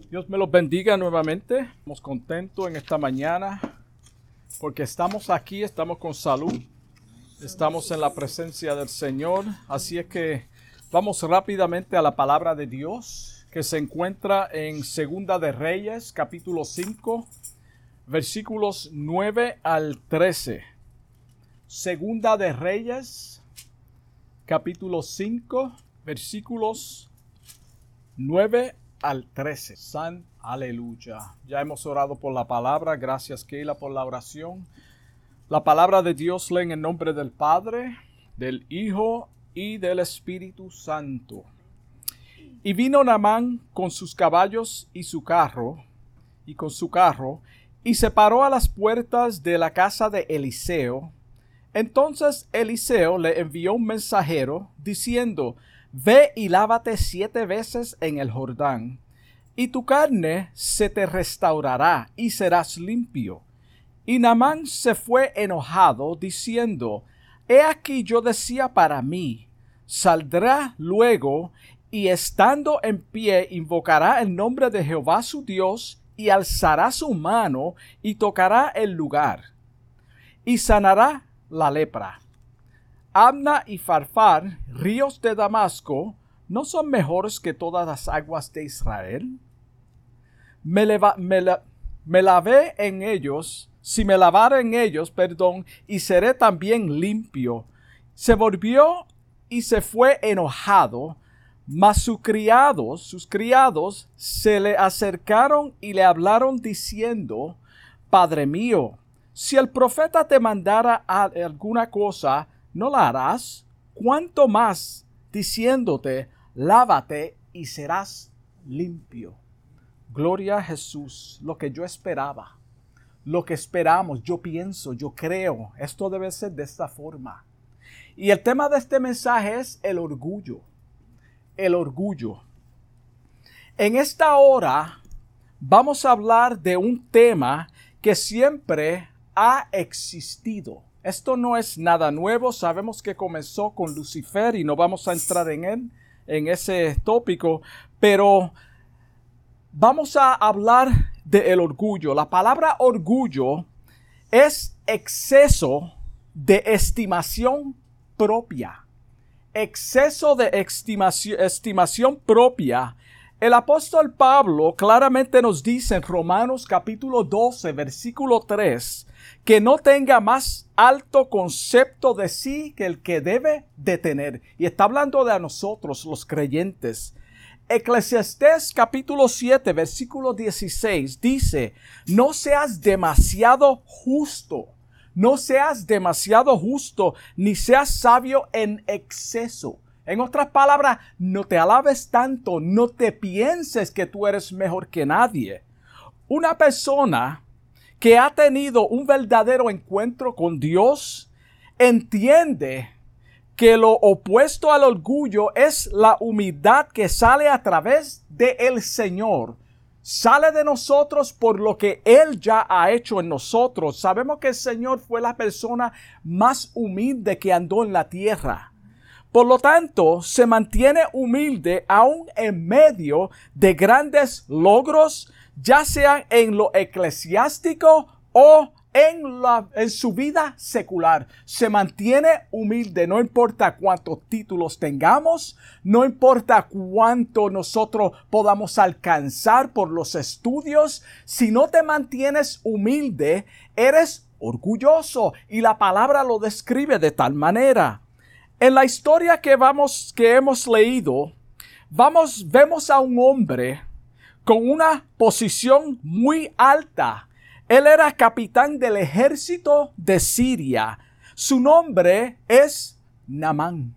Dios me los bendiga nuevamente. Estamos contentos en esta mañana porque estamos aquí, estamos con salud, estamos en la presencia del Señor. Así es que vamos rápidamente a la palabra de Dios que se encuentra en Segunda de Reyes, capítulo 5, versículos 9 al 13. Segunda de Reyes, capítulo 5, versículos 9 al 13. San aleluya. Ya hemos orado por la palabra. Gracias, Keila, por la oración. La palabra de Dios lee en el nombre del Padre, del Hijo y del Espíritu Santo. Y vino Naamán con sus caballos y con su carro, y se paró a las puertas de la casa de Eliseo. Entonces Eliseo le envió un mensajero, diciendo: Ve y lávate 7 veces en el Jordán, y tu carne se te restaurará, y serás limpio. Y Naamán se fue enojado, diciendo: He aquí yo decía para mí, saldrá luego, y estando en pie invocará el nombre de Jehová su Dios, y alzará su mano, y tocará el lugar, y sanará la lepra. Abna y Farfar, ríos de Damasco, ¿no son mejores que todas las aguas de Israel? Me lavé en ellos, si me lavare en ellos, y seré también limpio. Se volvió y se fue enojado, mas sus criados se le acercaron y le hablaron diciendo: Padre mío, si el profeta te mandara alguna cosa, ¿no la harás? ¿Cuánto más diciéndote: lávate y serás limpio? Gloria a Jesús, lo que yo esperaba, lo que esperamos, yo pienso, yo creo, esto debe ser de esta forma. Y el tema de este mensaje es el orgullo. El orgullo. En esta hora vamos a hablar de un tema que siempre ha existido. Esto no es nada nuevo, sabemos que comenzó con Lucifer y no vamos a entrar en ese tópico, pero vamos a hablar del orgullo. La palabra orgullo es exceso de estimación propia. Exceso de estimación propia. El apóstol Pablo claramente nos dice en Romanos capítulo 12, versículo 3, que no tenga más alto concepto de sí que el que debe de tener. Y está hablando de a nosotros, los creyentes. Eclesiastés capítulo 7, versículo 16 dice: no seas demasiado justo. No seas demasiado justo, ni seas sabio en exceso. En otras palabras, no te alabes tanto, no te pienses que tú eres mejor que nadie. Una persona que ha tenido un verdadero encuentro con Dios entiende que lo opuesto al orgullo es la humildad que sale a través del Señor. Sale de nosotros por lo que Él ya ha hecho en nosotros. Sabemos que el Señor fue la persona más humilde que andó en la tierra. Por lo tanto, se mantiene humilde aún en medio de grandes logros, ya sean en lo eclesiástico o en su vida secular. Se mantiene humilde, no importa cuántos títulos tengamos, no importa cuánto nosotros podamos alcanzar por los estudios. Si no te mantienes humilde, eres orgulloso, y la palabra lo describe de tal manera. En la historia que hemos leído, vemos a un hombre con una posición muy alta. Él era capitán del ejército de Siria. Su nombre es Naamán.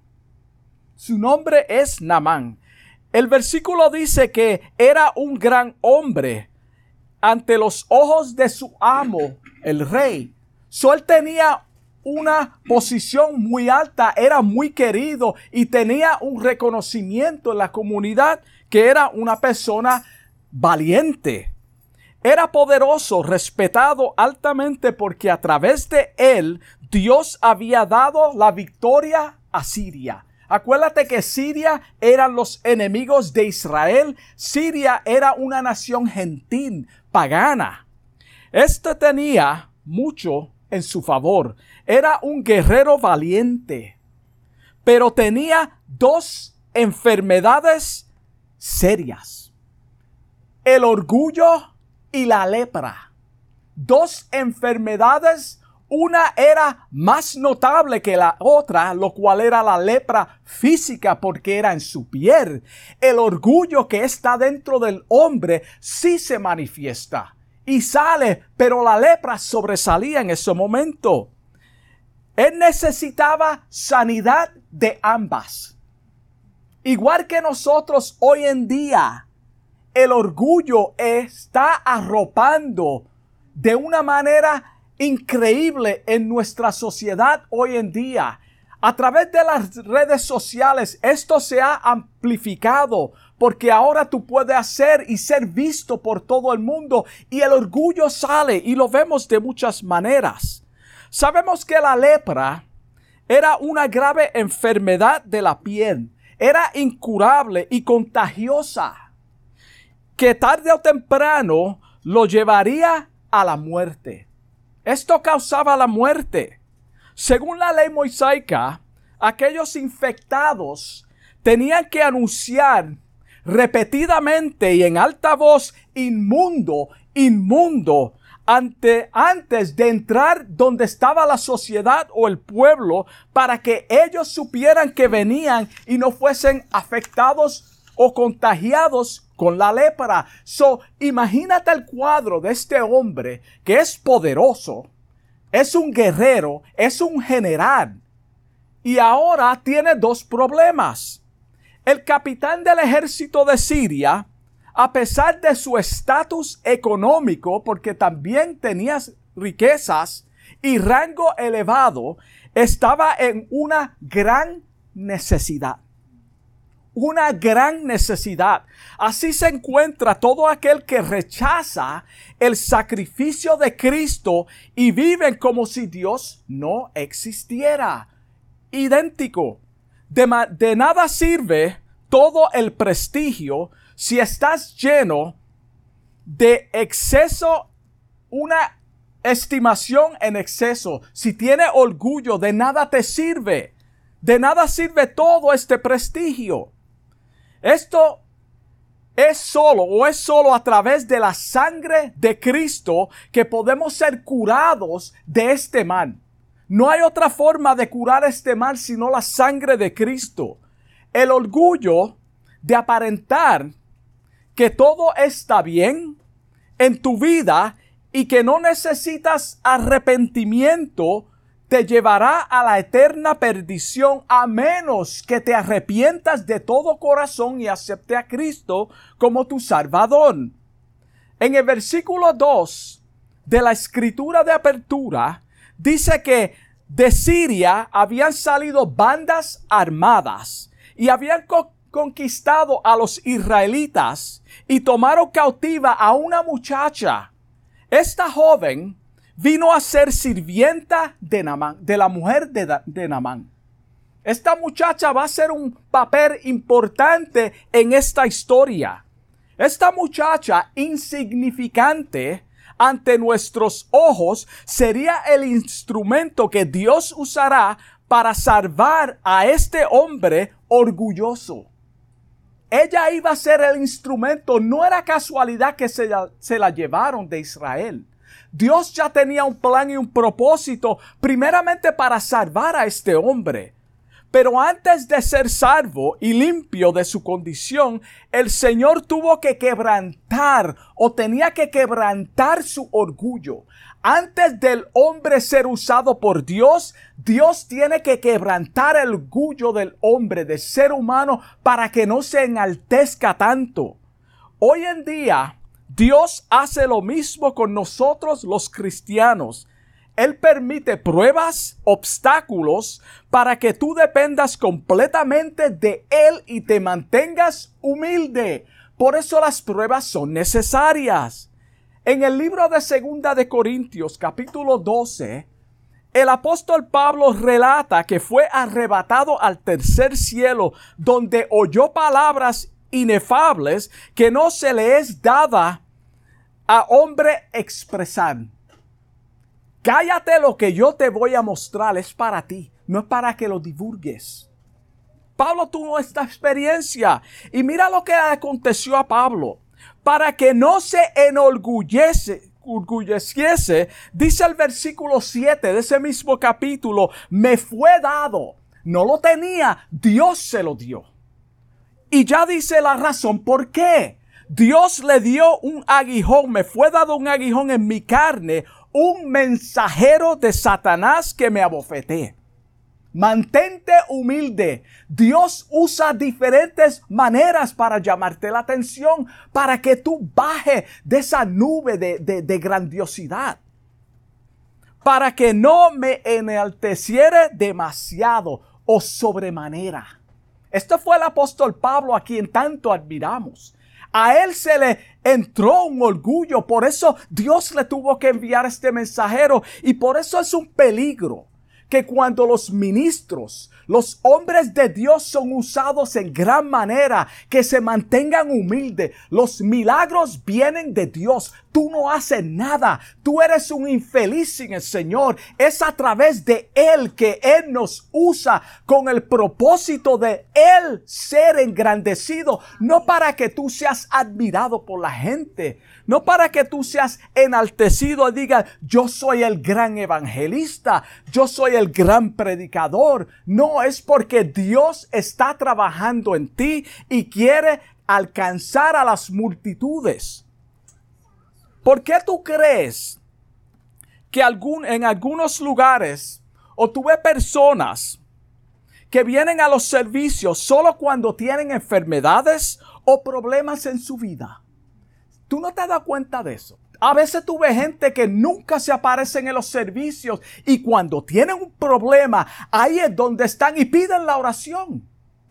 El versículo dice que era un gran hombre ante los ojos de su amo, el rey. Él tenía una posición muy alta, era muy querido y tenía un reconocimiento en la comunidad que era una persona valiente. Era poderoso, respetado altamente porque a través de él Dios había dado la victoria a Siria. Acuérdate que Siria eran los enemigos de Israel. Siria era una nación gentil, pagana. Este tenía mucho en su favor. Era un guerrero valiente, pero tenía dos enfermedades serias: el orgullo y la lepra. Dos enfermedades. Una era más notable que la otra, lo cual era la lepra física porque era en su piel. El orgullo que está dentro del hombre sí se manifiesta y sale, pero la lepra sobresalía en ese momento. Él necesitaba sanidad de ambas. Igual que nosotros hoy en día, el orgullo está arropando de una manera increíble en nuestra sociedad hoy en día. A través de las redes sociales esto se ha amplificado porque ahora tú puedes hacer y ser visto por todo el mundo y el orgullo sale y lo vemos de muchas maneras. Sabemos que la lepra era una grave enfermedad de la piel. Era incurable y contagiosa que tarde o temprano lo llevaría a la muerte. Esto causaba la muerte. Según la ley mosaica, aquellos infectados tenían que anunciar repetidamente y en alta voz: inmundo, inmundo, antes de entrar donde estaba la sociedad o el pueblo, para que ellos supieran que venían y no fuesen afectados o contagiados con la lepra. Imagínate el cuadro de este hombre que es poderoso, es un guerrero, es un general, y ahora tiene dos problemas. El capitán del ejército de Siria, a pesar de su estatus económico, porque también tenía riquezas y rango elevado, estaba en una gran necesidad. Una gran necesidad. Así se encuentra todo aquel que rechaza el sacrificio de Cristo y viven como si Dios no existiera. Idéntico. De nada sirve todo el prestigio si estás lleno de exceso, una estimación en exceso. Si tienes orgullo, de nada te sirve. De nada sirve todo este prestigio. Esto es solo a través de la sangre de Cristo que podemos ser curados de este mal. No hay otra forma de curar este mal sino la sangre de Cristo. El orgullo de aparentar que todo está bien en tu vida y que no necesitas arrepentimiento te llevará a la eterna perdición, a menos que te arrepientas de todo corazón y acepte a Cristo como tu Salvador. En el versículo 2 de la escritura de apertura, dice que de Siria habían salido bandas armadas y habían conquistado a los israelitas y tomaron cautiva a una muchacha. Esta joven vino a ser sirvienta de Naamán, de la mujer de Naamán. Esta muchacha va a ser un papel importante en esta historia. Esta muchacha insignificante ante nuestros ojos sería el instrumento que Dios usará para salvar a este hombre orgulloso. Ella iba a ser el instrumento. No era casualidad que se la llevaron de Israel. Dios ya tenía un plan y un propósito, primeramente para salvar a este hombre. Pero antes de ser salvo y limpio de su condición, el Señor tuvo que quebrantar o tenía que quebrantar su orgullo. Antes del hombre ser usado por Dios, Dios tiene que quebrantar el orgullo del hombre, del ser humano, para que no se enaltezca tanto. Hoy en día, Dios hace lo mismo con nosotros los cristianos. Él permite pruebas, obstáculos, para que tú dependas completamente de Él y te mantengas humilde. Por eso las pruebas son necesarias. En el libro de 2 de Corintios, capítulo 12, el apóstol Pablo relata que fue arrebatado al tercer cielo, donde oyó palabras inefables que no se le es dada a hombre expresar. Cállate, lo que yo te voy a mostrar es para ti, no es para que lo divulgues. Pablo tuvo esta experiencia y mira lo que aconteció a Pablo. Para que no se enorgulleciese, dice el versículo 7 de ese mismo capítulo, me fue dado. No lo tenía, Dios se lo dio. Y ya dice la razón por qué. Dios le dio un aguijón, me fue dado un aguijón en mi carne, un mensajero de Satanás que me abofetee. Mantente humilde. Dios usa diferentes maneras para llamarte la atención, para que tú bajes de esa nube de grandiosidad. Para que no me enalteciere demasiado o sobremanera. Este fue el apóstol Pablo, a quien tanto admiramos. A él se le entró un orgullo, por eso Dios le tuvo que enviar este mensajero, y por eso es un peligro que cuando los ministros, los hombres de Dios son usados en gran manera, que se mantengan humildes. Los milagros vienen de Dios. Tú no haces nada. Tú eres un infeliz sin el Señor. Es a través de Él que Él nos usa con el propósito de Él ser engrandecido. No para que tú seas admirado por la gente. No para que tú seas enaltecido y digas, yo soy el gran evangelista, yo soy el gran predicador. No, es porque Dios está trabajando en ti y quiere alcanzar a las multitudes. ¿Por qué tú crees que en algunos lugares o tú ves personas que vienen a los servicios solo cuando tienen enfermedades o problemas en su vida? ¿Tú no te das cuenta de eso? A veces tú ves gente que nunca se aparecen en los servicios y cuando tienen un problema, ahí es donde están y piden la oración.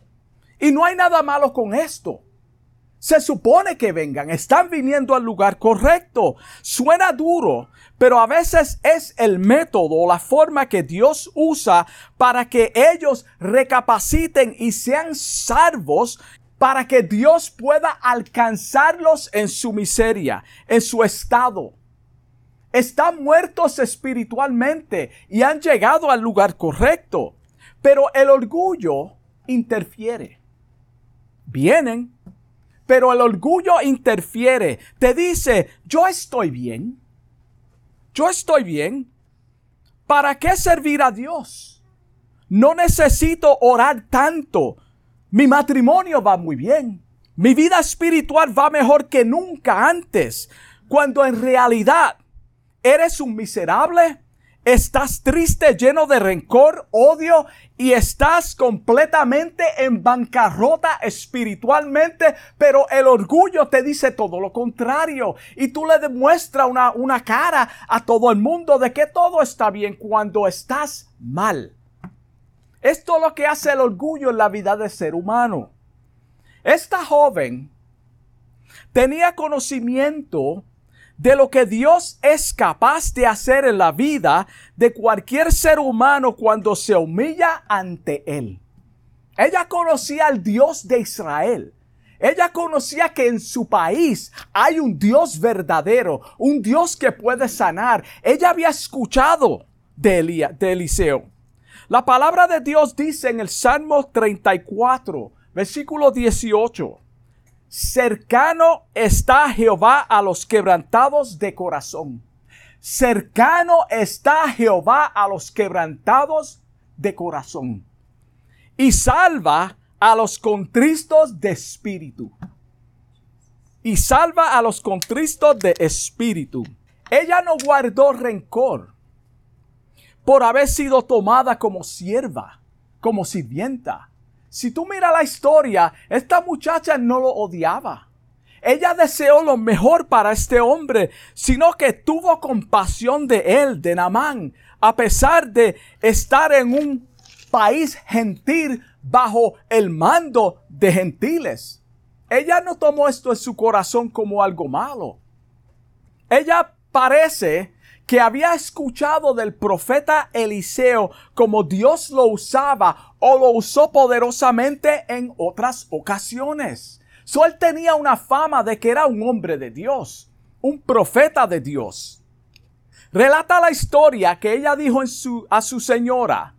Y no hay nada malo con esto. Se supone que vengan, están viniendo al lugar correcto. Suena duro, pero a veces es el método o la forma que Dios usa para que ellos recapaciten y sean salvos, para que Dios pueda alcanzarlos en su miseria, en su estado. Están muertos espiritualmente y han llegado al lugar correcto, pero el orgullo interfiere. Vienen, pero el orgullo interfiere. Te dice, yo estoy bien. Yo estoy bien. ¿Para qué servir a Dios? No necesito orar tanto. Mi matrimonio va muy bien. Mi vida espiritual va mejor que nunca antes. Cuando en realidad eres un miserable, estás triste, lleno de rencor, odio y estás completamente en bancarrota espiritualmente, pero el orgullo te dice todo lo contrario y tú le demuestras una cara a todo el mundo de que todo está bien cuando estás mal. Esto es lo que hace el orgullo en la vida del ser humano. Esta joven tenía conocimiento de lo que Dios es capaz de hacer en la vida de cualquier ser humano cuando se humilla ante Él. Ella conocía al Dios de Israel. Ella conocía que en su país hay un Dios verdadero, un Dios que puede sanar. Ella había escuchado de Eliseo. La palabra de Dios dice en el Salmo 34, versículo 18. Cercano está Jehová a los quebrantados de corazón. Cercano está Jehová a los quebrantados de corazón. Y salva a los contristos de espíritu. Y salva a los contristos de espíritu. Ella no guardó rencor por haber sido tomada como sierva, como sirvienta. Si tú miras la historia, esta muchacha no lo odiaba. Ella deseó lo mejor para este hombre, sino que tuvo compasión de él, de Naamán, a pesar de estar en un país gentil bajo el mando de gentiles. Ella no tomó esto en su corazón como algo malo. Ella parece que había escuchado del profeta Eliseo como Dios lo usaba o lo usó poderosamente en otras ocasiones. Él tenía una fama de que era un hombre de Dios, un profeta de Dios. Relata la historia que ella dijo a su señora: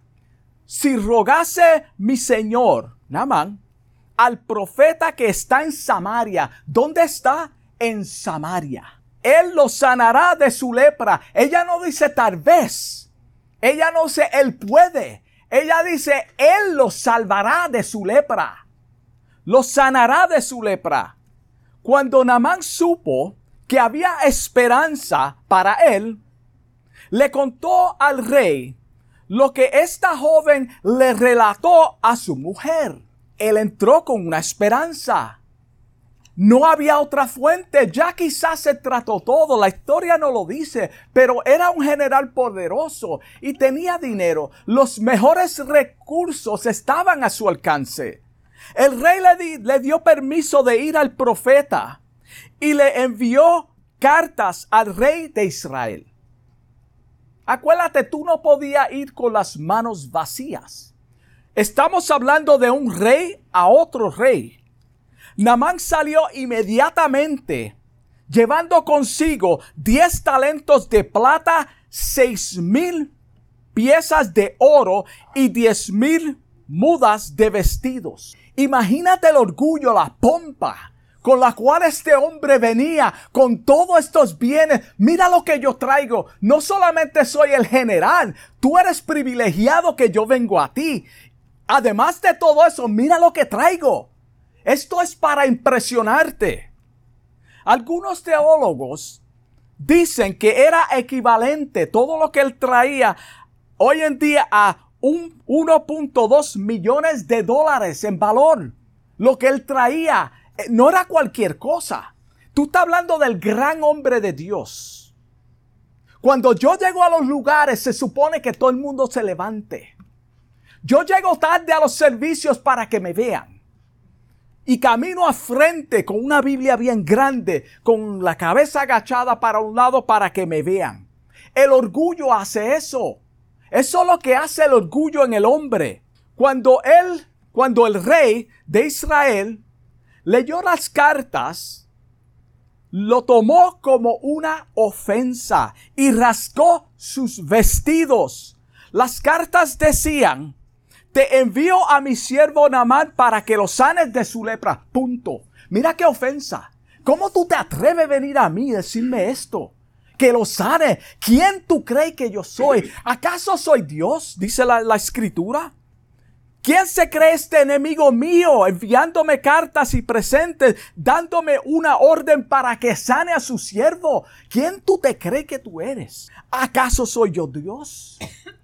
si rogase mi señor, Naamán, al profeta que está en Samaria. ¿Dónde está? En Samaria. Él lo sanará de su lepra. Ella no dice tal vez. Ella no dice él puede. Ella dice él lo salvará de su lepra. Lo sanará de su lepra. Cuando Naamán supo que había esperanza para él, le contó al rey lo que esta joven le relató a su mujer. Él entró con una esperanza. No había otra fuente, ya quizás se trató todo, la historia no lo dice, pero era un general poderoso y tenía dinero. Los mejores recursos estaban a su alcance. El rey le dio permiso de ir al profeta y le envió cartas al rey de Israel. Acuérdate, tú no podías ir con las manos vacías. Estamos hablando de un rey a otro rey. Naamán salió inmediatamente, llevando consigo 10 talentos de plata, 6,000 piezas de oro y 10,000 mudas de vestidos. Imagínate el orgullo, la pompa con la cual este hombre venía con todos estos bienes. Mira lo que yo traigo. No solamente soy el general, tú eres privilegiado que yo vengo a ti. Además de todo eso, mira lo que traigo. Esto es para impresionarte. Algunos teólogos dicen que era equivalente todo lo que él traía hoy en día a 1.2 millones de dólares en valor. Lo que él traía no era cualquier cosa. Tú estás hablando del gran hombre de Dios. Cuando yo llego a los lugares, se supone que todo el mundo se levante. Yo llego tarde a los servicios para que me vean. Y camino a frente con una Biblia bien grande, con la cabeza agachada para un lado para que me vean. El orgullo hace eso. Eso es lo que hace el orgullo en el hombre. Cuando el rey de Israel leyó las cartas, lo tomó como una ofensa y rasgó sus vestidos. Las cartas decían: te envío a mi siervo Naamán para que lo sanes de su lepra. Punto. Mira qué ofensa. ¿Cómo tú te atreves a venir a mí y decirme esto? Que lo sane. ¿Quién tú crees que yo soy? ¿Acaso soy Dios? Dice la escritura. ¿Quién se cree este enemigo mío enviándome cartas y presentes, dándome una orden para que sane a su siervo? ¿Quién tú te crees que tú eres? ¿Acaso soy yo Dios?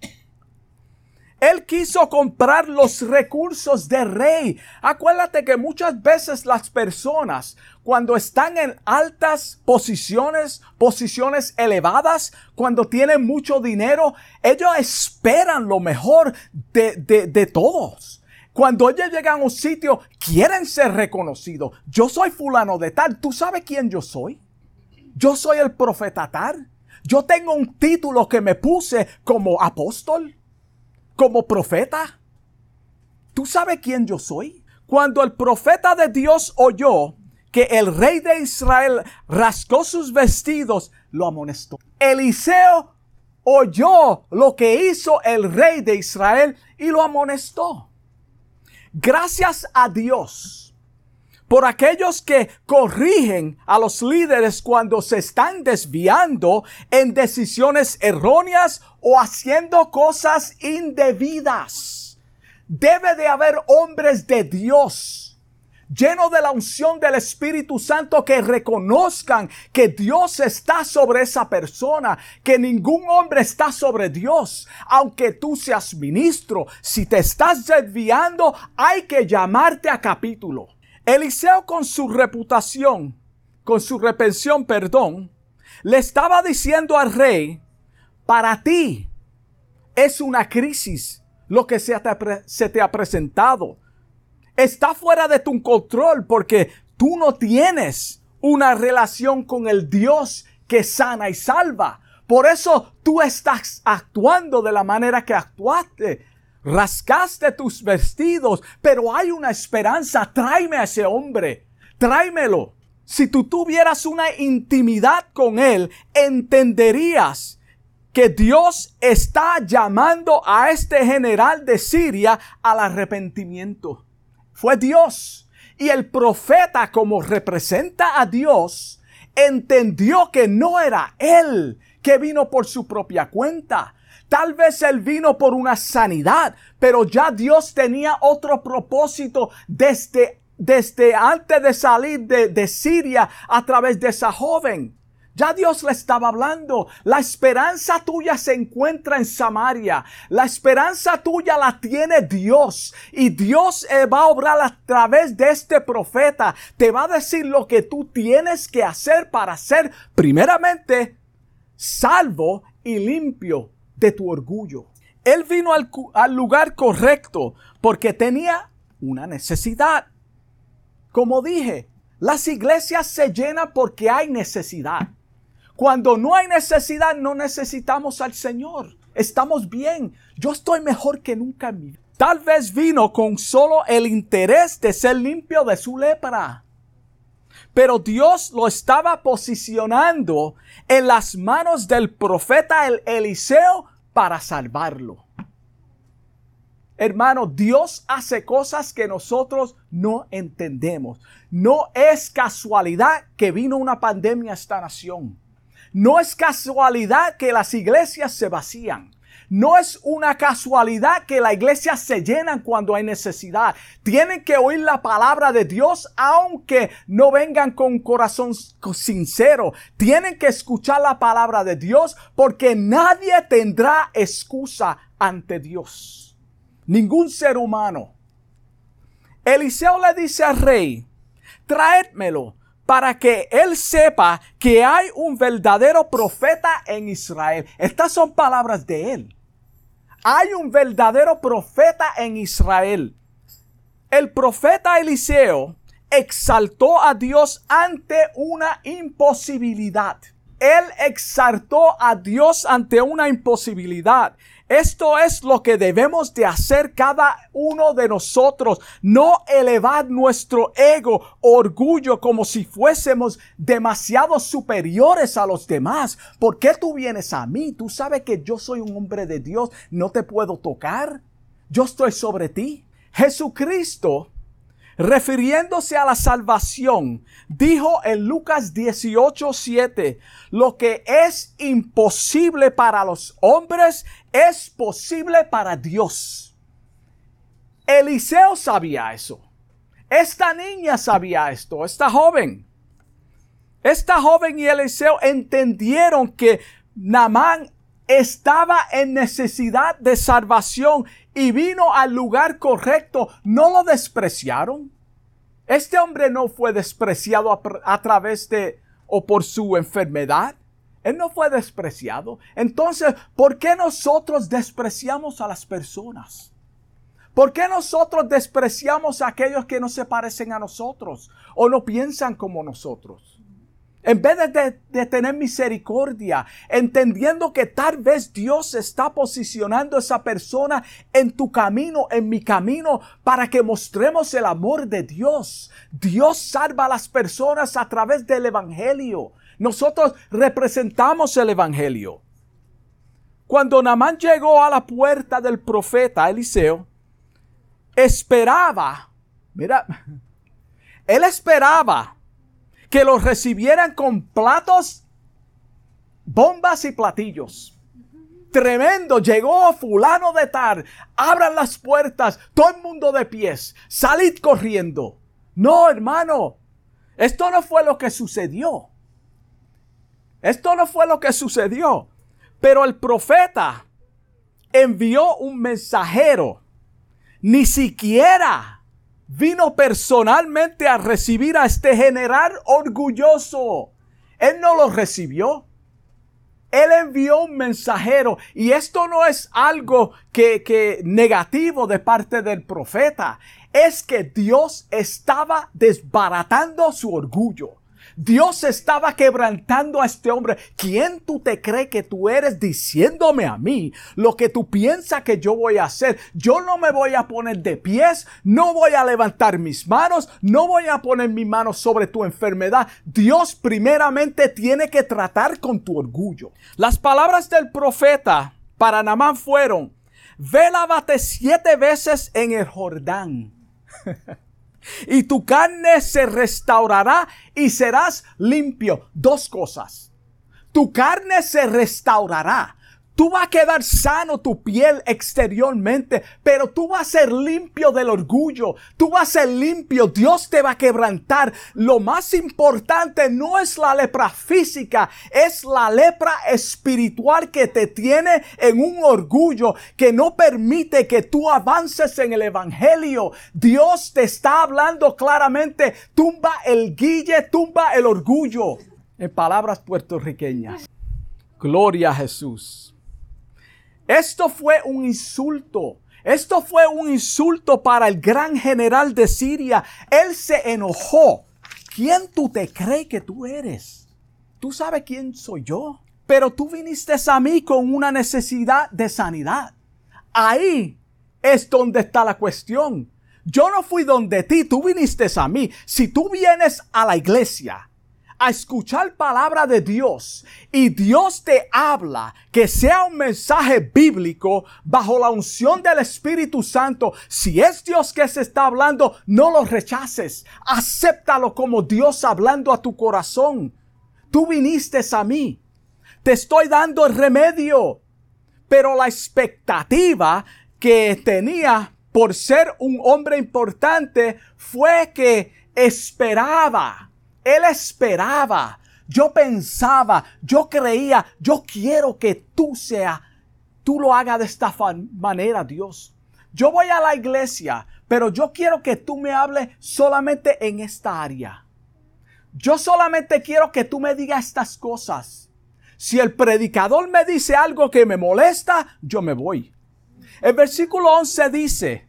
Él quiso comprar los recursos del rey. Acuérdate que muchas veces las personas, cuando están en altas posiciones elevadas, cuando tienen mucho dinero, ellos esperan lo mejor de todos. Cuando ellos llegan a un sitio, quieren ser reconocidos. Yo soy fulano de tal. ¿Tú sabes quién yo soy? Yo soy el profeta tal. Yo tengo un título que me puse como apóstol, como profeta. ¿Tú sabes quién yo soy? Cuando el profeta de Dios oyó que el rey de Israel rasgó sus vestidos, lo amonestó. Eliseo oyó lo que hizo el rey de Israel y lo amonestó. Gracias a Dios por aquellos que corrigen a los líderes cuando se están desviando en decisiones erróneas o haciendo cosas indebidas. Debe de haber hombres de Dios, llenos de la unción del Espíritu Santo, que reconozcan que Dios está sobre esa persona, que ningún hombre está sobre Dios. Aunque tú seas ministro, si te estás desviando, hay que llamarte a capítulo. Eliseo, con su reputación, le estaba diciendo al rey: para ti es una crisis lo que se te ha presentado. Está fuera de tu control porque tú no tienes una relación con el Dios que sana y salva. Por eso tú estás actuando de la manera que actuaste. Rasgaste tus vestidos, pero hay una esperanza. Tráeme a ese hombre. Tráemelo. Si tú tuvieras una intimidad con él, entenderías que Dios está llamando a este general de Siria al arrepentimiento. Fue Dios. Y el profeta, como representa a Dios, entendió que no era él que vino por su propia cuenta. Tal vez él vino por una sanidad, pero ya Dios tenía otro propósito desde antes de salir de Siria a través de esa joven. Ya Dios le estaba hablando. La esperanza tuya se encuentra en Samaria. La esperanza tuya la tiene Dios. Y Dios va a obrar a través de este profeta. Te va a decir lo que tú tienes que hacer para ser, primeramente, salvo y limpio de tu orgullo. Él vino al lugar correcto porque tenía una necesidad. Como dije, las iglesias se llenan porque hay necesidad. Cuando no hay necesidad, no necesitamos al Señor. Estamos bien. Yo estoy mejor que nunca en mi vida. Tal vez vino con solo el interés de ser limpio de su lepra. Pero Dios lo estaba posicionando en las manos del profeta Eliseo para salvarlo. Hermano, Dios hace cosas que nosotros no entendemos. No es casualidad que vino una pandemia a esta nación. No es casualidad que las iglesias se vacían. No es una casualidad que las iglesias se llenan cuando hay necesidad. Tienen que oír la palabra de Dios aunque no vengan con corazón sincero. Tienen que escuchar la palabra de Dios porque nadie tendrá excusa ante Dios. Ningún ser humano. Eliseo le dice al rey, tráemelo para que él sepa que hay un verdadero profeta en Israel. Estas son palabras de él. Hay un verdadero profeta en Israel. El profeta Eliseo exaltó a Dios ante una imposibilidad. Él exaltó a Dios ante una imposibilidad. Esto es lo que debemos de hacer cada uno de nosotros. No elevar nuestro ego, orgullo, como si fuésemos demasiado superiores a los demás. ¿Por qué tú vienes a mí? Tú sabes que yo soy un hombre de Dios. No te puedo tocar. Yo estoy sobre ti. Jesucristo, refiriéndose a la salvación, dijo en Lucas 18:7, lo que es imposible para los hombres es posible para Dios. Eliseo sabía eso. Esta niña sabía esto, esta joven y Eliseo entendieron que Naamán estaba en necesidad de salvación y vino al lugar correcto. No lo despreciaron. Este hombre no fue despreciado a través de o por su enfermedad. Él no fue despreciado. Entonces, ¿por qué nosotros despreciamos a las personas? ¿Por qué nosotros despreciamos a aquellos que no se parecen a nosotros o no piensan como nosotros? En vez de tener misericordia, entendiendo que tal vez Dios está posicionando a esa persona en tu camino, en mi camino, para que mostremos el amor de Dios. Dios salva a las personas a través del Evangelio. Nosotros representamos el Evangelio. Cuando Naamán llegó a la puerta del profeta Eliseo, él esperaba que los recibieran con platos, bombas y platillos. Tremendo, llegó fulano de tal, abran las puertas, todo el mundo de pies, salid corriendo. No, hermano, esto no fue lo que sucedió. Pero el profeta envió un mensajero, ni siquiera vino personalmente a recibir a este general orgulloso. Él no lo recibió. Él envió un mensajero. Y esto no es algo que negativo de parte del profeta. Es que Dios estaba desbaratando su orgullo. Dios estaba quebrantando a este hombre. ¿Quién tú te crees que tú eres diciéndome a mí lo que tú piensas que yo voy a hacer? Yo no me voy a poner de pies, no voy a levantar mis manos, no voy a poner mis manos sobre tu enfermedad. Dios primeramente tiene que tratar con tu orgullo. Las palabras del profeta para Naamán fueron: ve, lávate 7 veces en el Jordán. Y tu carne se restaurará y serás limpio. 2 cosas. Tu carne se restaurará. Tú vas a quedar sano tu piel exteriormente, pero tú vas a ser limpio del orgullo. Tú vas a ser limpio. Dios te va a quebrantar. Lo más importante no es la lepra física, es la lepra espiritual que te tiene en un orgullo que no permite que tú avances en el evangelio. Dios te está hablando claramente. Tumba el guille, tumba el orgullo. En palabras puertorriqueñas. Gloria a Jesús. Esto fue un insulto. Esto fue un insulto para el gran general de Siria. Él se enojó. ¿Quién tú te crees que tú eres? ¿Tú sabes quién soy yo? Pero tú viniste a mí con una necesidad de sanidad. Ahí es donde está la cuestión. Yo no fui donde ti, tú viniste a mí. Si tú vienes a la iglesia a escuchar palabra de Dios y Dios te habla que sea un mensaje bíblico bajo la unción del Espíritu Santo, si es Dios que se está hablando, no lo rechaces. Acéptalo como Dios hablando a tu corazón. Tú viniste a mí. Te estoy dando el remedio. Pero la expectativa que tenía por ser un hombre importante fue que esperaba. Él esperaba, yo pensaba, yo creía, yo quiero que tú lo hagas de esta manera, Dios. Yo voy a la iglesia, pero yo quiero que tú me hables solamente en esta área. Yo solamente quiero que tú me digas estas cosas. Si el predicador me dice algo que me molesta, yo me voy. El versículo 11 dice: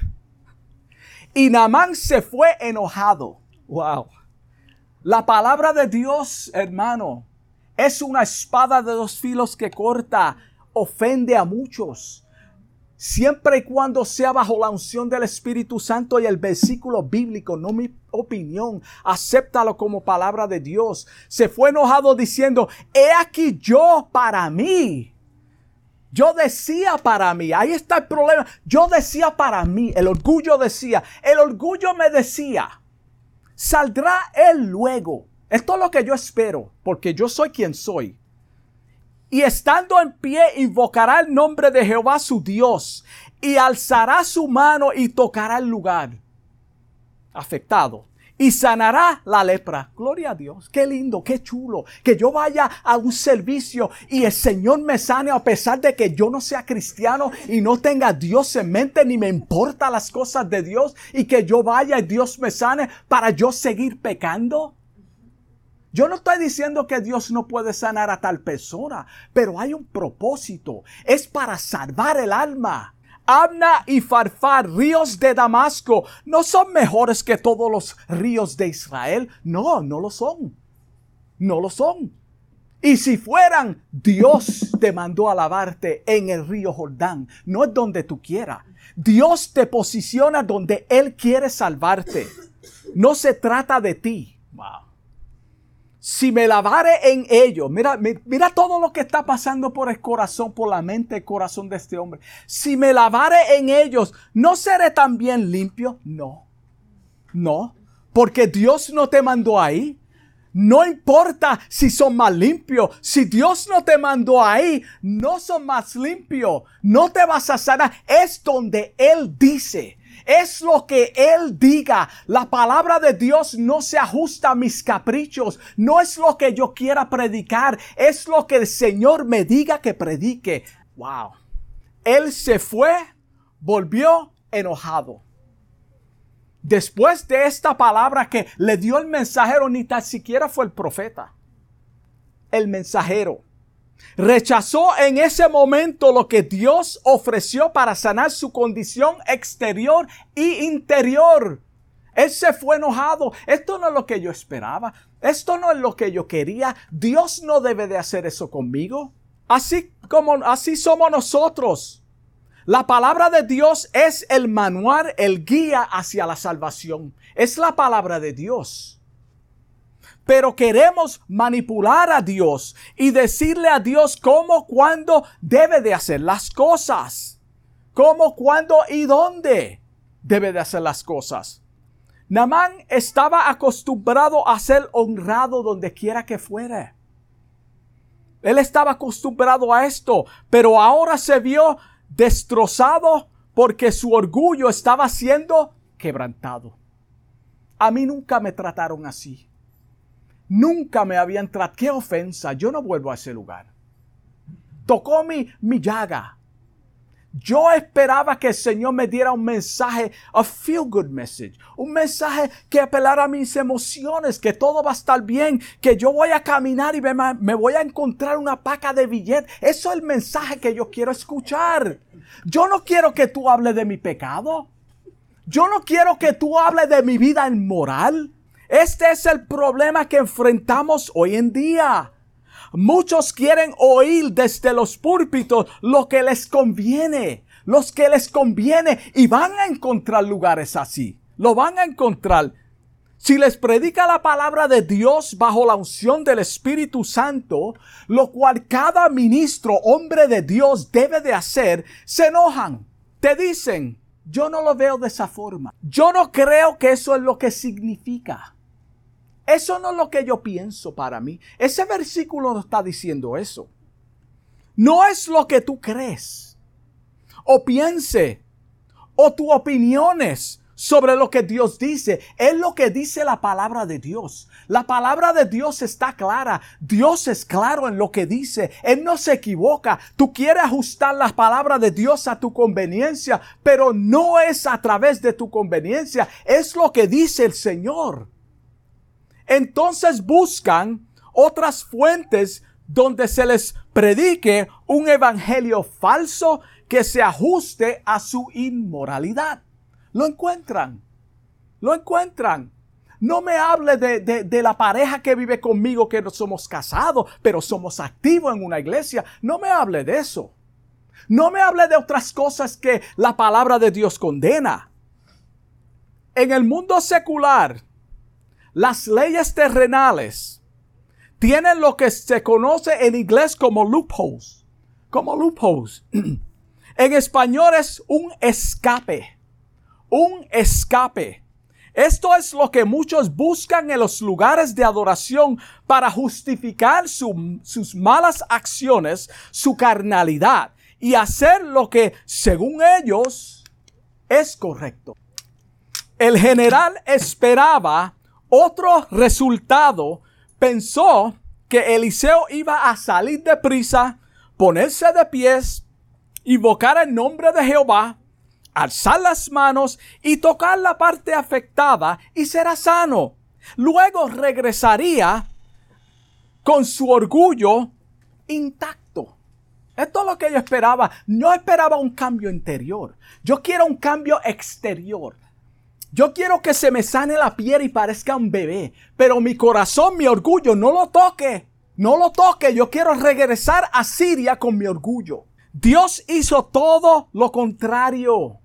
y Naamán se fue enojado. Wow. La palabra de Dios, hermano, es una espada de 2 filos que corta, ofende a muchos. Siempre y cuando sea bajo la unción del Espíritu Santo y el versículo bíblico, no mi opinión, acéptalo como palabra de Dios. Se fue enojado diciendo: he aquí yo para mí. Yo decía para mí, ahí está el problema. Yo decía para mí, el orgullo me decía, saldrá él luego. Esto es lo que yo espero, porque yo soy quien soy. Y estando en pie, invocará el nombre de Jehová su Dios, y alzará su mano y tocará el lugar afectado, y sanará la lepra. Gloria a Dios. Qué lindo, qué chulo. Que yo vaya a un servicio y el Señor me sane a pesar de que yo no sea cristiano y no tenga a Dios en mente ni me importa las cosas de Dios, y que yo vaya y Dios me sane para yo seguir pecando. Yo no estoy diciendo que Dios no puede sanar a tal persona, pero hay un propósito. Es para salvar el alma. Abna y Farfar, ríos de Damasco, ¿no son mejores que todos los ríos de Israel? No, no lo son. No lo son. Y si fueran, Dios te mandó a lavarte en el río Jordán. No es donde tú quieras. Dios te posiciona donde Él quiere salvarte. No se trata de ti. Wow. Si me lavare en ellos, mira todo lo que está pasando por el corazón, por la mente, el corazón de este hombre. Si me lavare en ellos, ¿no seré también limpio? No, porque Dios no te mandó ahí. No importa si son más limpios. Si Dios no te mandó ahí, no son más limpios. No te vas a sanar. Es donde Él dice. Es lo que Él diga. La palabra de Dios no se ajusta a mis caprichos. No es lo que yo quiera predicar. Es lo que el Señor me diga que predique. Wow. Él se fue, volvió enojado. Después de esta palabra que le dio el mensajero, ni tan siquiera fue el profeta. El mensajero rechazó en ese momento lo que Dios ofreció para sanar su condición exterior e interior. Él se fue enojado. Esto no es lo que yo esperaba. Esto no es lo que yo quería. Dios no debe de hacer eso conmigo. Así somos nosotros. La palabra de Dios es el manual, el guía hacia la salvación. Es la palabra de Dios. Pero queremos manipular a Dios y decirle a Dios cómo, cuándo debe de hacer las cosas. Cómo, cuándo y dónde debe de hacer las cosas. Naamán estaba acostumbrado a ser honrado donde quiera que fuera. Él estaba acostumbrado a esto, pero ahora se vio destrozado porque su orgullo estaba siendo quebrantado. A mí nunca me trataron así. Nunca me habían tratado. ¡Qué ofensa! Yo no vuelvo a ese lugar. Tocó mi llaga. Yo esperaba que el Señor me diera un mensaje, a feel good message, un mensaje que apelara a mis emociones, que todo va a estar bien, que yo voy a caminar y me voy a encontrar una paca de billetes. Eso es el mensaje que yo quiero escuchar. Yo no quiero que tú hables de mi pecado. Yo no quiero que tú hables de mi vida inmoral. Este es el problema que enfrentamos hoy en día. Muchos quieren oír desde los púlpitos lo que les conviene, y van a encontrar lugares así. Lo van a encontrar. Si les predica la palabra de Dios bajo la unción del Espíritu Santo, lo cual cada ministro, hombre de Dios, debe de hacer, se enojan. Te dicen, yo no lo veo de esa forma. Yo no creo que eso es lo que significa. Eso no es lo que yo pienso para mí. Ese versículo no está diciendo eso. No es lo que tú crees o piense o tus opiniones sobre lo que Dios dice. Es lo que dice la palabra de Dios. La palabra de Dios está clara. Dios es claro en lo que dice. Él no se equivoca. Tú quieres ajustar la palabra de Dios a tu conveniencia, pero no es a través de tu conveniencia. Es lo que dice el Señor. Entonces buscan otras fuentes donde se les predique un evangelio falso que se ajuste a su inmoralidad. Lo encuentran. No me hable de la pareja que vive conmigo, que no somos casados, pero somos activos en una iglesia. No me hable de eso. No me hable de otras cosas que la palabra de Dios condena. En el mundo secular, las leyes terrenales tienen lo que se conoce en inglés como loopholes. En español es un escape. Esto es lo que muchos buscan en los lugares de adoración para justificar sus malas acciones, su carnalidad y hacer lo que, según ellos, es correcto. El general esperaba otro resultado. Pensó que Eliseo iba a salir deprisa, ponerse de pies, invocar el nombre de Jehová, alzar las manos y tocar la parte afectada y será sano. Luego regresaría con su orgullo intacto. Esto es lo que yo esperaba. No esperaba un cambio interior. Yo quiero un cambio exterior. Yo quiero que se me sane la piel y parezca un bebé. Pero mi corazón, mi orgullo, no lo toque. Yo quiero regresar a Siria con mi orgullo. Dios hizo todo lo contrario.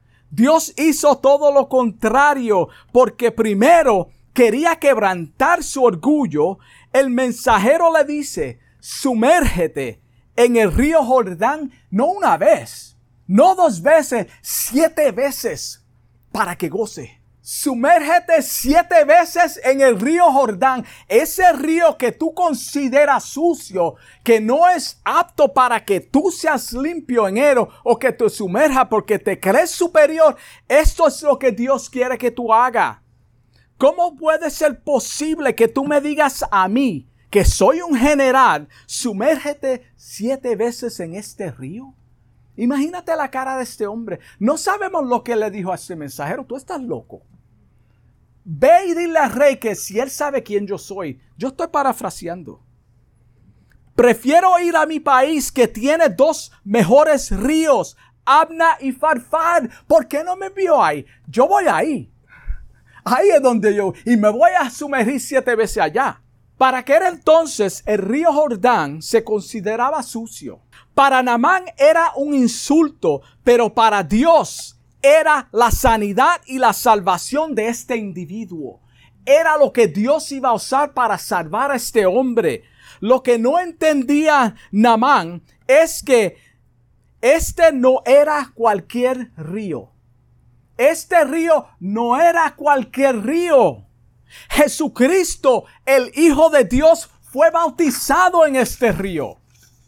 Porque primero quería quebrantar su orgullo. El mensajero le dice, sumérgete en el río Jordán, no una vez, no 2 veces, 7 veces. Para que goce. Sumérgete 7 veces en el río Jordán. Ese río que tú consideras sucio, que no es apto para que tú seas limpio en él o que te sumerjas porque te crees superior. Esto es lo que Dios quiere que tú hagas. ¿Cómo puede ser posible que tú me digas a mí, que soy un general, sumérgete 7 veces en este río? Imagínate la cara de este hombre. No sabemos lo que le dijo a este mensajero. Tú estás loco. Ve y dile al rey que si él sabe quién yo soy. Yo estoy parafraseando. Prefiero ir a mi país que tiene 2 mejores ríos, Abna y Farfad. ¿Por qué no me envió ahí? Yo voy ahí. Ahí es donde yo, y me voy a sumergir 7 veces allá. Para aquel entonces, el río Jordán se consideraba sucio. Para Naamán era un insulto, pero para Dios era la sanidad y la salvación de este individuo. Era lo que Dios iba a usar para salvar a este hombre. Lo que no entendía Naamán es que este no era cualquier río. Este río no era cualquier río. Jesucristo, el Hijo de Dios, fue bautizado en este río.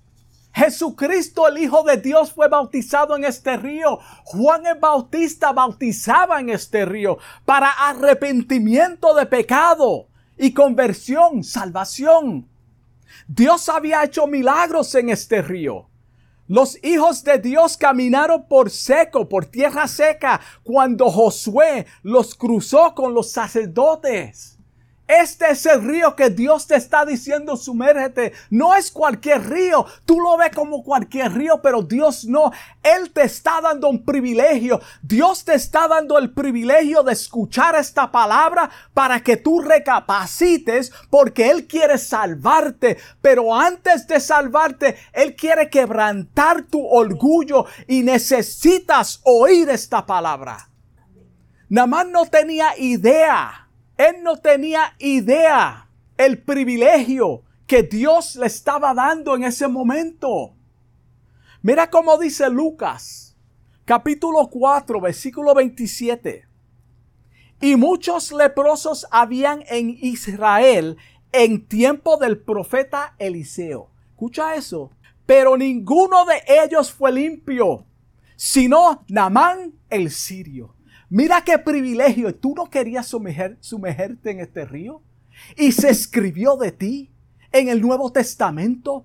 Jesucristo, el Hijo de Dios, fue bautizado en este río. Juan el Bautista bautizaba en este río para arrepentimiento de pecado y conversión, salvación. Dios había hecho milagros en este río. Los hijos de Dios caminaron por tierra seca, cuando Josué los cruzó con los sacerdotes. Este es el río que Dios te está diciendo, sumérgete. No es cualquier río. Tú lo ves como cualquier río, pero Dios no. Él te está dando un privilegio. Dios te está dando el privilegio de escuchar esta palabra para que tú recapacites, porque Él quiere salvarte. Pero antes de salvarte, Él quiere quebrantar tu orgullo y necesitas oír esta palabra. Naamán no tenía idea. Él no tenía idea el privilegio que Dios le estaba dando en ese momento. Mira cómo dice Lucas, capítulo 4, versículo 27. Y muchos leprosos habían en Israel en tiempo del profeta Eliseo. Escucha eso. Pero ninguno de ellos fue limpio, sino Naamán el sirio. Mira qué privilegio. ¿Tú no querías sumergerte en este río? Y se escribió de ti en el Nuevo Testamento.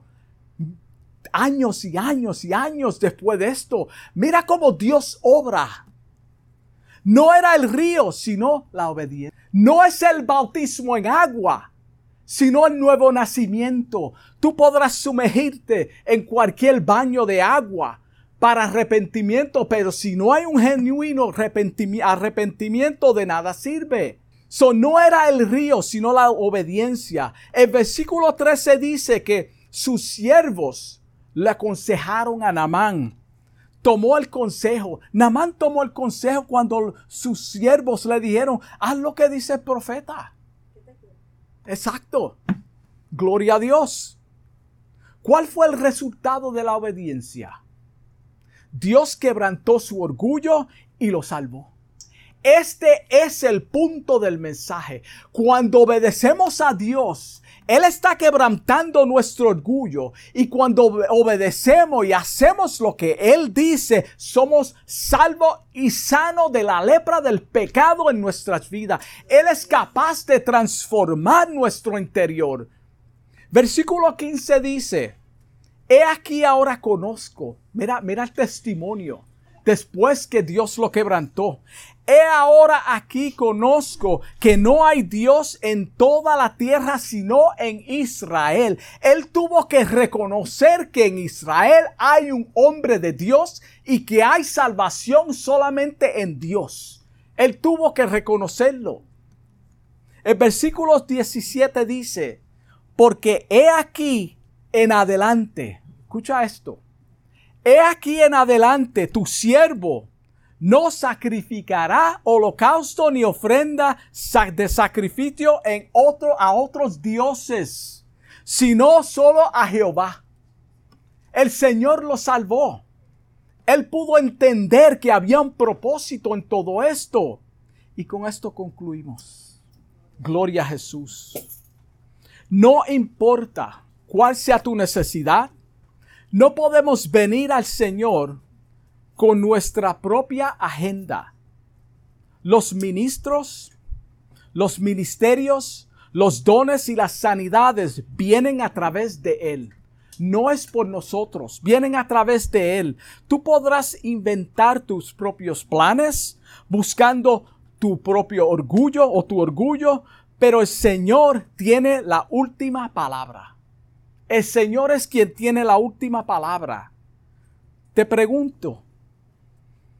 Años y años y años después de esto. Mira cómo Dios obra. No era el río, sino la obediencia. No es el bautismo en agua, sino el nuevo nacimiento. Tú podrás sumergirte en cualquier baño de agua para arrepentimiento, pero si no hay un genuino arrepentimiento, de nada sirve. No era el río, sino la obediencia. El versículo 13 dice que sus siervos le aconsejaron a Naamán. Tomó el consejo. Naamán tomó el consejo cuando sus siervos le dijeron, haz lo que dice el profeta. Exacto. Gloria a Dios. ¿Cuál fue el resultado de la obediencia? Dios quebrantó su orgullo y lo salvó. Este es el punto del mensaje. Cuando obedecemos a Dios, Él está quebrantando nuestro orgullo. Y cuando obedecemos y hacemos lo que Él dice, somos salvos y sanos de la lepra del pecado en nuestras vidas. Él es capaz de transformar nuestro interior. Versículo 15 dice, he aquí ahora conozco. Mira el testimonio. Después que Dios lo quebrantó. He ahora aquí conozco que no hay Dios en toda la tierra sino en Israel. Él tuvo que reconocer que en Israel hay un hombre de Dios y que hay salvación solamente en Dios. Él tuvo que reconocerlo. El versículo 17 dice, porque he aquí en adelante. Escucha esto. He aquí en adelante tu siervo no sacrificará holocausto ni ofrenda de sacrificio a otros dioses, sino solo a Jehová. El Señor lo salvó. Él pudo entender que había un propósito en todo esto. Y con esto concluimos. Gloria a Jesús. No importa cuál sea tu necesidad. No podemos venir al Señor con nuestra propia agenda. Los ministros, los ministerios, los dones y las sanidades vienen a través de Él. No es por nosotros, vienen a través de Él. Tú podrás inventar tus propios planes, buscando tu propio orgullo o tu orgullo, pero el Señor tiene la última palabra. El Señor es quien tiene la última palabra. Te pregunto,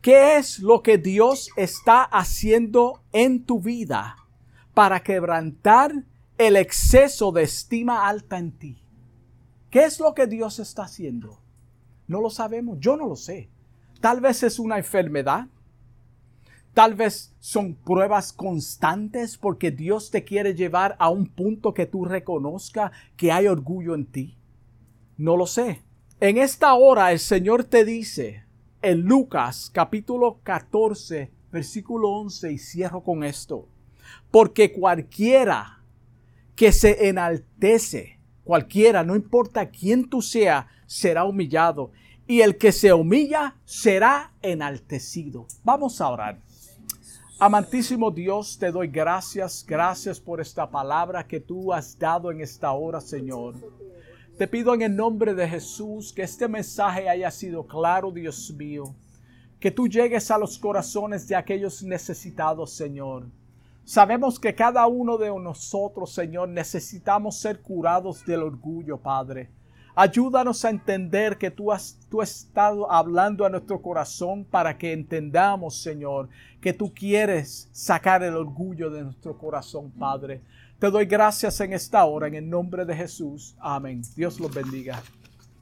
¿Qué es lo que Dios está haciendo en tu vida para quebrantar el exceso de estima alta en ti? ¿Qué es lo que Dios está haciendo? No lo sabemos, yo no lo sé. Tal vez es una enfermedad. Tal vez son pruebas constantes porque Dios te quiere llevar a un punto que tú reconozcas que hay orgullo en ti. No lo sé. En esta hora el Señor te dice en Lucas capítulo 14, versículo 11, y cierro con esto. Porque cualquiera que se enaltece, cualquiera, no importa quién tú seas, será humillado. Y el que se humilla será enaltecido. Vamos a orar. Amantísimo Dios, te doy gracias por esta palabra que tú has dado en esta hora, Señor. Te pido en el nombre de Jesús que este mensaje haya sido claro, Dios mío. Que tú llegues a los corazones de aquellos necesitados, Señor. Sabemos que cada uno de nosotros, Señor, necesitamos ser curados del orgullo, Padre. Ayúdanos a entender que tú has estado hablando a nuestro corazón para que entendamos, Señor, que tú quieres sacar el orgullo de nuestro corazón, Padre. Te doy gracias en esta hora, en el nombre de Jesús. Amén. Dios los bendiga.